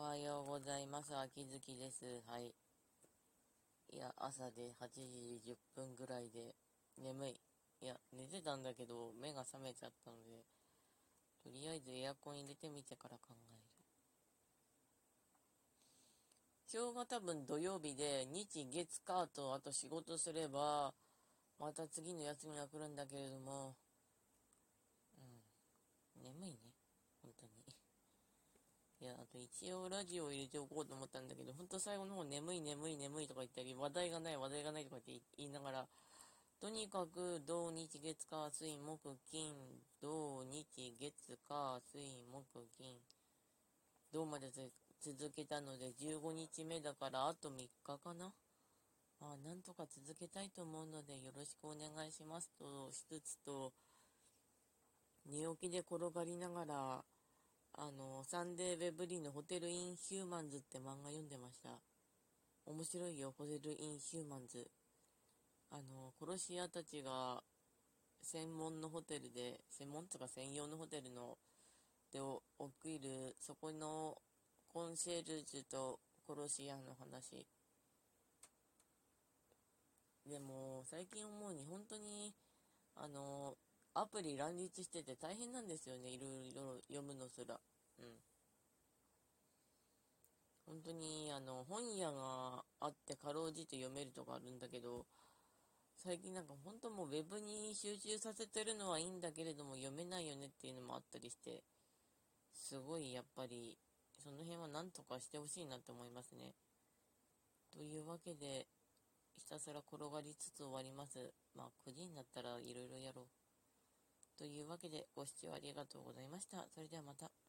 おはようございます。秋月です。はい。いや、朝で8時10分ぐらいで眠い。いや、寝てたんだけど、目が覚めちゃったので、とりあえずエアコン入れてみてから考える。今日が多分土曜日で、日月火とあと仕事すれば、また次の休みが来るんだけれども、眠いね。本当に。いや、あと一応ラジオを入れておこうと思ったんだけど、ほんと最後の方眠い眠い眠いとか言ったり、話題がない話題がないとか言いながら、とにかく土日月火水木金、土日月火水木金、土まで続けたので15日目だからあと3日かな。まあ、なんとか続けたいと思うのでよろしくお願いしますとしつつと、寝起きで転がりながら、サンデーウェブリーのホテルインヒューマンズって漫画読んでました。面白いよ、ホテルインヒューマンズ。殺し屋たちが専門のホテルで、専門とか専用のホテルので起きる、そこのコンシェルジュと殺し屋の話。でも、最近思うに本当に、あの、アプリ乱立してて大変なんですよね。いろいろ読むのすら。うん。本当に、本屋があってかろうじて読めるとかあるんだけど、最近なんか本当もうウェブに集中させてるのはいいんだけれども読めないよねっていうのもあったりして、すごいやっぱりその辺は何とかしてほしいなって思いますね。というわけで、ひたすら転がりつつ終わります。まあ9時になったらいろいろやろう。というわけでご視聴ありがとうございました。それではまた。